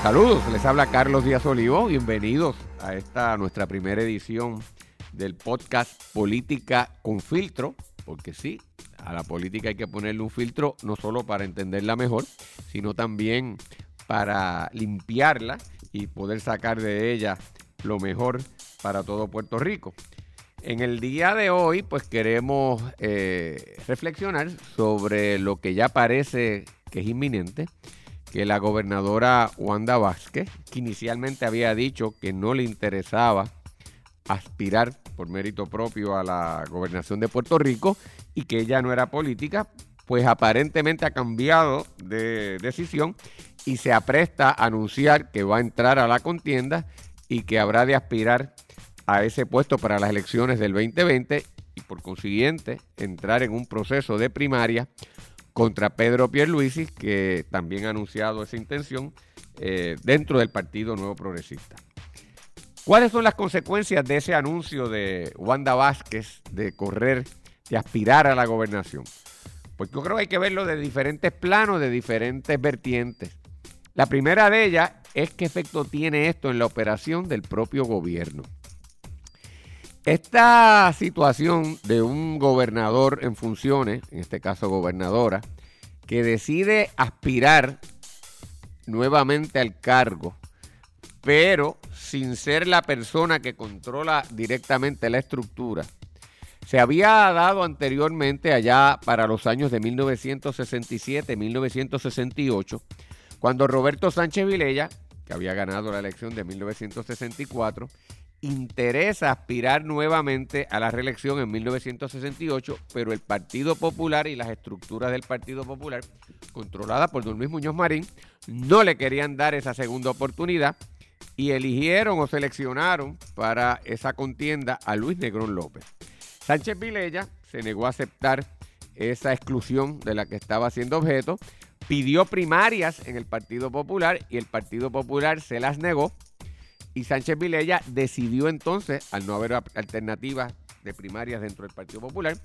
Saludos, les habla Carlos Díaz Olivo. Bienvenidos a esta nuestra primera edición del podcast Política con Filtro, porque sí, a la política hay que ponerle un filtro no solo para entenderla mejor, sino también para limpiarla y poder sacar de ella lo mejor para todo Puerto Rico. En el día de hoy, pues queremos reflexionar sobre lo que ya parece que es inminente, que la gobernadora Wanda Vázquez, que inicialmente había dicho que no le interesaba aspirar por mérito propio a la gobernación de Puerto Rico y que ella no era política, pues aparentemente ha cambiado de decisión y se apresta a anunciar que va a entrar a la contienda y que habrá de aspirar a ese puesto para las elecciones del 2020 y por consiguiente entrar en un proceso de primaria contra Pedro Pierluisi, que también ha anunciado esa intención dentro del Partido Nuevo Progresista. ¿Cuáles son las consecuencias de ese anuncio de Wanda Vázquez de aspirar a la gobernación? Pues yo creo que hay que verlo de diferentes planos, de diferentes vertientes. La primera de ellas es qué efecto tiene esto en la operación del propio gobierno. Esta situación de un gobernador en funciones, en este caso gobernadora, que decide aspirar nuevamente al cargo, pero sin ser la persona que controla directamente la estructura, se había dado anteriormente allá para los años de 1967, 1968, cuando Roberto Sánchez Vilella, que había ganado la elección de 1964, interesa aspirar nuevamente a la reelección en 1968, pero el Partido Popular y las estructuras del Partido Popular, controladas por don Luis Muñoz Marín, no le querían dar esa segunda oportunidad y eligieron o seleccionaron para esa contienda a Luis Negrón López. Sánchez Vilella se negó a aceptar esa exclusión de la que estaba siendo objeto, pidió primarias en el Partido Popular y el Partido Popular se las negó. Y Sánchez Vilella decidió entonces, al no haber alternativas de primarias dentro del Partido Popular,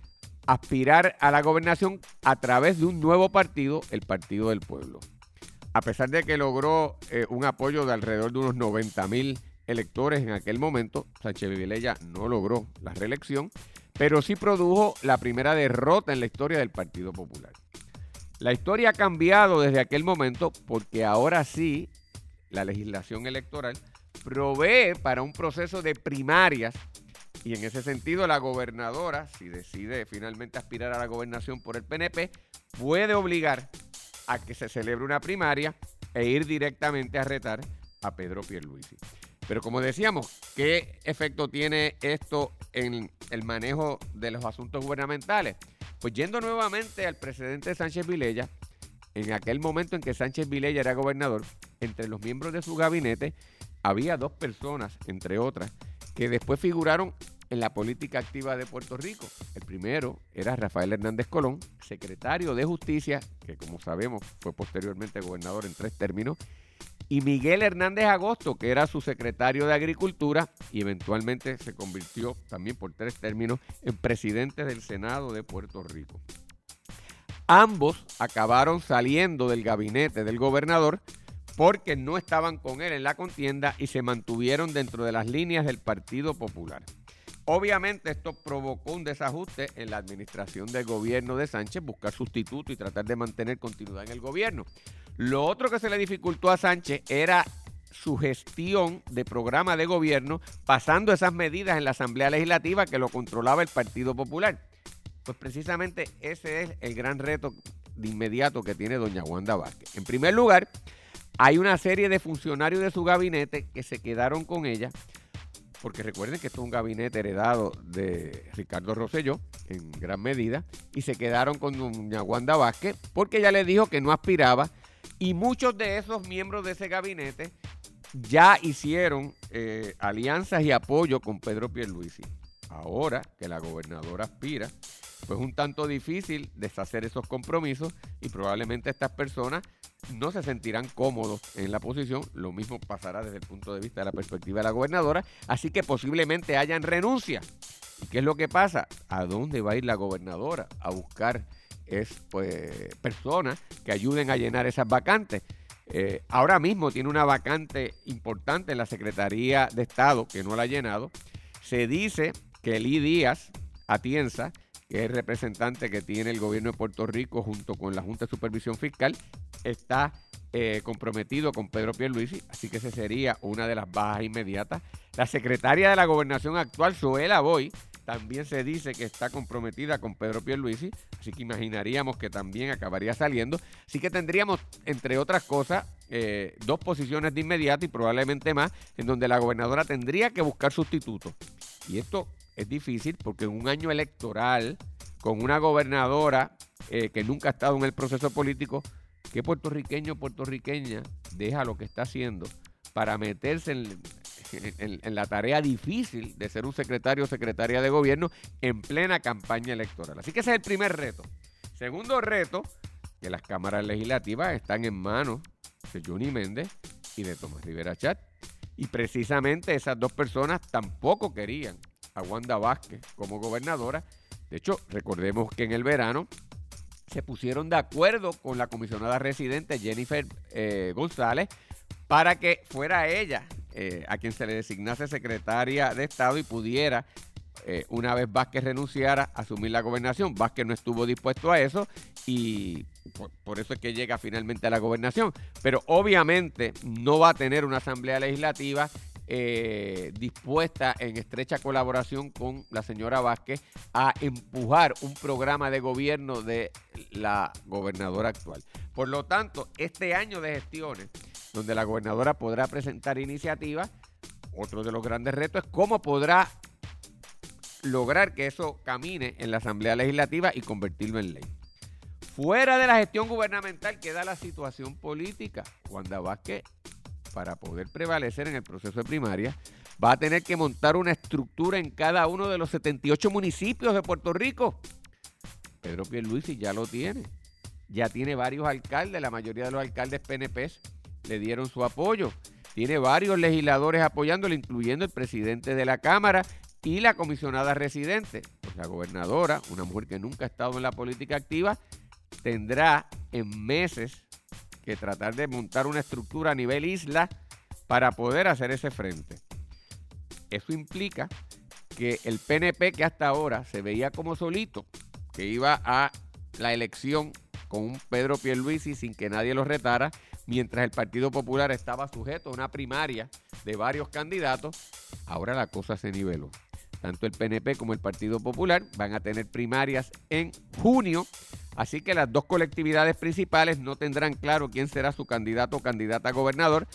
aspirar a la gobernación a través de un nuevo partido, el Partido del Pueblo. A pesar de que logró un apoyo de alrededor de unos 90,000 electores en aquel momento, Sánchez Vilella no logró la reelección, pero sí produjo la primera derrota en la historia del Partido Popular. La historia ha cambiado desde aquel momento porque ahora sí la legislación electoral provee para un proceso de primarias y en ese sentido la gobernadora, si decide finalmente aspirar a la gobernación por el PNP, puede obligar a que se celebre una primaria e ir directamente a retar a Pedro Pierluisi. Pero como decíamos, ¿qué efecto tiene esto en el manejo de los asuntos gubernamentales? Pues yendo nuevamente al precedente de Sánchez Vilella, en aquel momento en que Sánchez Vilella era gobernador, entre los miembros de su gabinete había dos personas, entre otras, que después figuraron en la política activa de Puerto Rico. El primero era Rafael Hernández Colón, secretario de Justicia, que como sabemos fue posteriormente gobernador en 3 términos, y Miguel Hernández Agosto, que era su secretario de Agricultura y eventualmente se convirtió también por 3 términos en presidente del Senado de Puerto Rico. Ambos acabaron saliendo del gabinete del gobernador porque no estaban con él en la contienda y se mantuvieron dentro de las líneas del Partido Popular. Obviamente esto provocó un desajuste en la administración del gobierno de Sánchez, buscar sustituto y tratar de mantener continuidad en el gobierno. Lo otro que se le dificultó a Sánchez era su gestión de programa de gobierno, pasando esas medidas en la Asamblea Legislativa que lo controlaba el Partido Popular. Pues precisamente ese es el gran reto de inmediato que tiene doña Wanda Vázquez. En primer lugar, hay una serie de funcionarios de su gabinete que se quedaron con ella, porque recuerden que esto es un gabinete heredado de Ricardo Rosselló en gran medida, y se quedaron con doña Wanda Vázquez porque ella le dijo que no aspiraba, y muchos de esos miembros de ese gabinete ya hicieron alianzas y apoyo con Pedro Pierluisi. Ahora que la gobernadora aspira, pues un tanto difícil deshacer esos compromisos y probablemente estas personas no se sentirán cómodos en la posición. Lo mismo pasará desde el punto de vista de la perspectiva de la gobernadora, así que posiblemente hayan renuncias. ¿Y qué es lo que pasa? ¿A dónde va a ir la gobernadora? A buscar personas que ayuden a llenar esas vacantes. ahora mismo tiene una vacante importante en la Secretaría de Estado que no la ha llenado. Se dice que Lee Díaz Atienza, que es el representante que tiene el gobierno de Puerto Rico junto con la Junta de Supervisión Fiscal, está comprometido con Pedro Pierluisi, así que esa sería una de las bajas inmediatas. La secretaria de la Gobernación actual, Zoela Boy, también se dice que está comprometida con Pedro Pierluisi, así que imaginaríamos que también acabaría saliendo. Así que tendríamos, entre otras cosas, 2 posiciones de inmediato y probablemente más, en donde la gobernadora tendría que buscar sustitutos. Y esto es difícil porque en un año electoral, con una gobernadora que nunca ha estado en el proceso político, ¿qué puertorriqueño o puertorriqueña deja lo que está haciendo para meterse en la tarea difícil de ser un secretario o secretaria de gobierno en plena campaña electoral? Así que ese es el primer reto. Segundo reto, que las cámaras legislativas están en manos de Johnny Méndez y de Tomás Rivera Chat. Y precisamente esas 2 personas tampoco querían a Wanda Vázquez como gobernadora. De hecho, recordemos que en el verano se pusieron de acuerdo con la comisionada residente Jennifer González para que fuera ella a quien se le designase secretaria de Estado y pudiera, una vez Vázquez renunciara, asumir la gobernación. Vázquez no estuvo dispuesto a eso y por eso es que llega finalmente a la gobernación. Pero obviamente no va a tener una asamblea legislativa dispuesta en estrecha colaboración con la señora Vázquez a empujar un programa de gobierno de la gobernadora actual. Por lo tanto, este año de gestiones, donde la gobernadora podrá presentar iniciativas, otro de los grandes retos es cómo podrá lograr que eso camine en la Asamblea Legislativa y convertirlo en ley. Fuera de la gestión gubernamental queda la situación política. Wanda Vázquez, para poder prevalecer en el proceso de primaria, va a tener que montar una estructura en cada uno de los 78 municipios de Puerto Rico. Pedro Pierluisi ya lo tiene. Ya tiene varios alcaldes, la mayoría de los alcaldes PNP le dieron su apoyo. Tiene varios legisladores apoyándolo, incluyendo el presidente de la Cámara y la comisionada residente. Pues la gobernadora, una mujer que nunca ha estado en la política activa, tendrá en meses que tratar de montar una estructura a nivel isla para poder hacer ese frente. Eso implica que el PNP, que hasta ahora se veía como solito, que iba a la elección con un Pedro Pierluisi sin que nadie lo retara, mientras el Partido Popular estaba sujeto a una primaria de varios candidatos, ahora la cosa se niveló. Tanto el PNP como el Partido Popular van a tener primarias en junio, así que las 2 colectividades principales no tendrán claro quién será su candidato o candidata a gobernador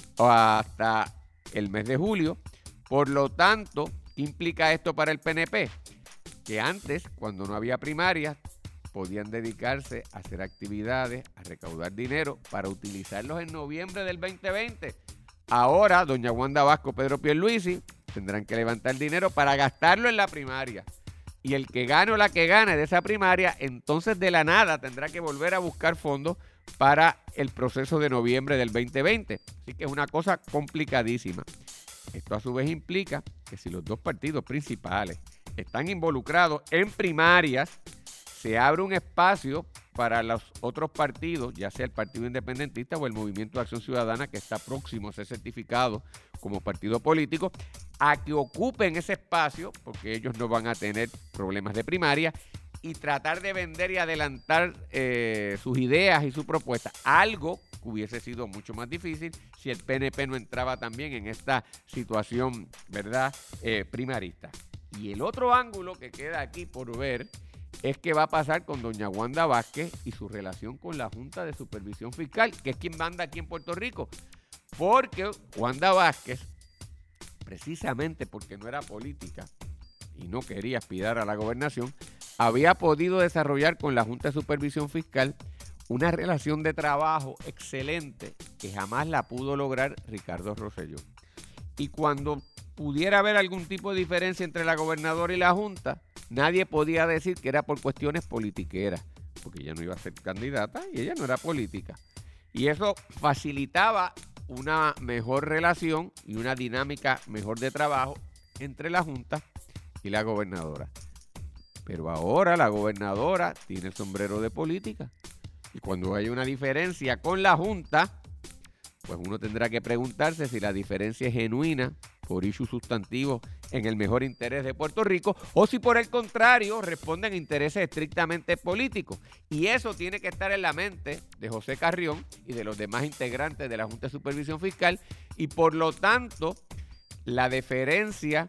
hasta el mes de julio. Por lo tanto, ¿qué implica esto para el PNP? Que antes, cuando no había primarias, podían dedicarse a hacer actividades, a recaudar dinero para utilizarlos en noviembre del 2020. Ahora, doña Wanda Vázquez, Pedro Pierluisi tendrán que levantar dinero para gastarlo en la primaria. Y el que gane o la que gane de esa primaria, entonces de la nada tendrá que volver a buscar fondos para el proceso de noviembre del 2020. Así que es una cosa complicadísima. Esto a su vez implica que si los 2 partidos principales están involucrados en primarias, se abre un espacio para los otros partidos, ya sea el Partido Independentista o el Movimiento de Acción Ciudadana, que está próximo a ser certificado como partido político, a que ocupen ese espacio, porque ellos no van a tener problemas de primaria, y tratar de vender y adelantar sus ideas y sus propuestas. Algo que hubiese sido mucho más difícil si el PNP no entraba también en esta situación, ¿verdad?, primarista. Y el otro ángulo que queda aquí por ver es qué va a pasar con doña Wanda Vázquez y su relación con la Junta de Supervisión Fiscal, que es quien manda aquí en Puerto Rico. Porque Wanda Vázquez, precisamente porque no era política y no quería aspirar a la gobernación, había podido desarrollar con la Junta de Supervisión Fiscal una relación de trabajo excelente que jamás la pudo lograr Ricardo Rosselló. Y cuando pudiera haber algún tipo de diferencia entre la gobernadora y la Junta, nadie podía decir que era por cuestiones politiqueras, porque ella no iba a ser candidata y ella no era política. Y eso facilitaba una mejor relación y una dinámica mejor de trabajo entre la Junta y la gobernadora. Pero ahora la gobernadora tiene el sombrero de política. Y cuando hay una diferencia con la Junta, pues uno tendrá que preguntarse si la diferencia es genuina por issue sustantivos en el mejor interés de Puerto Rico o si por el contrario responden a intereses estrictamente políticos. Y eso tiene que estar en la mente de José Carrión y de los demás integrantes de la Junta de Supervisión Fiscal y por lo tanto la deferencia,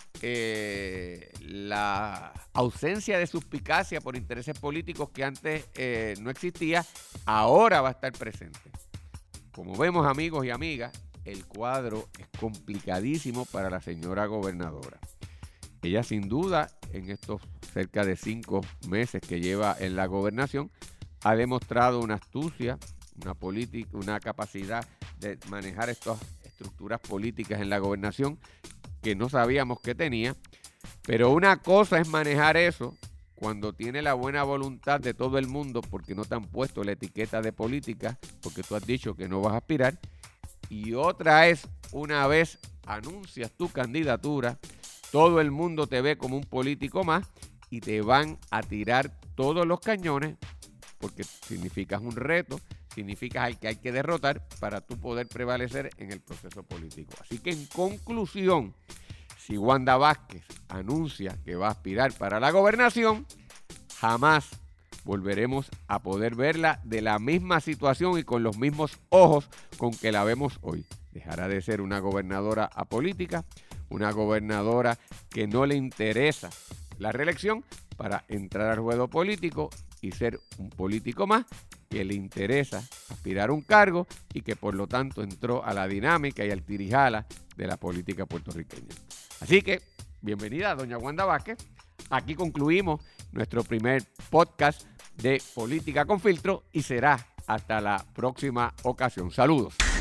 la ausencia de suspicacia por intereses políticos que antes no existía, ahora va a estar presente. Como vemos, amigos y amigas, el cuadro es complicadísimo para la señora gobernadora. Ella sin duda, en estos cerca de 5 meses que lleva en la gobernación, ha demostrado una astucia, una capacidad de manejar estas estructuras políticas en la gobernación que no sabíamos que tenía. Pero una cosa es manejar eso cuando tiene la buena voluntad de todo el mundo porque no te han puesto la etiqueta de política, porque tú has dicho que no vas a aspirar. Y otra es, una vez anuncias tu candidatura, todo el mundo te ve como un político más y te van a tirar todos los cañones porque significas un reto, significas al que hay que derrotar para tú poder prevalecer en el proceso político. Así que en conclusión, si Wanda Vázquez anuncia que va a aspirar para la gobernación, jamás volveremos a poder verla de la misma situación y con los mismos ojos con que la vemos hoy. Dejará de ser una gobernadora apolítica, una gobernadora que no le interesa la reelección para entrar al ruedo político y ser un político más que le interesa aspirar a un cargo y que por lo tanto entró a la dinámica y al tirijala de la política puertorriqueña. Así que, bienvenida, doña Wanda Vázquez. Aquí concluimos nuestro primer podcast de Política con Filtro y será hasta la próxima ocasión. Saludos.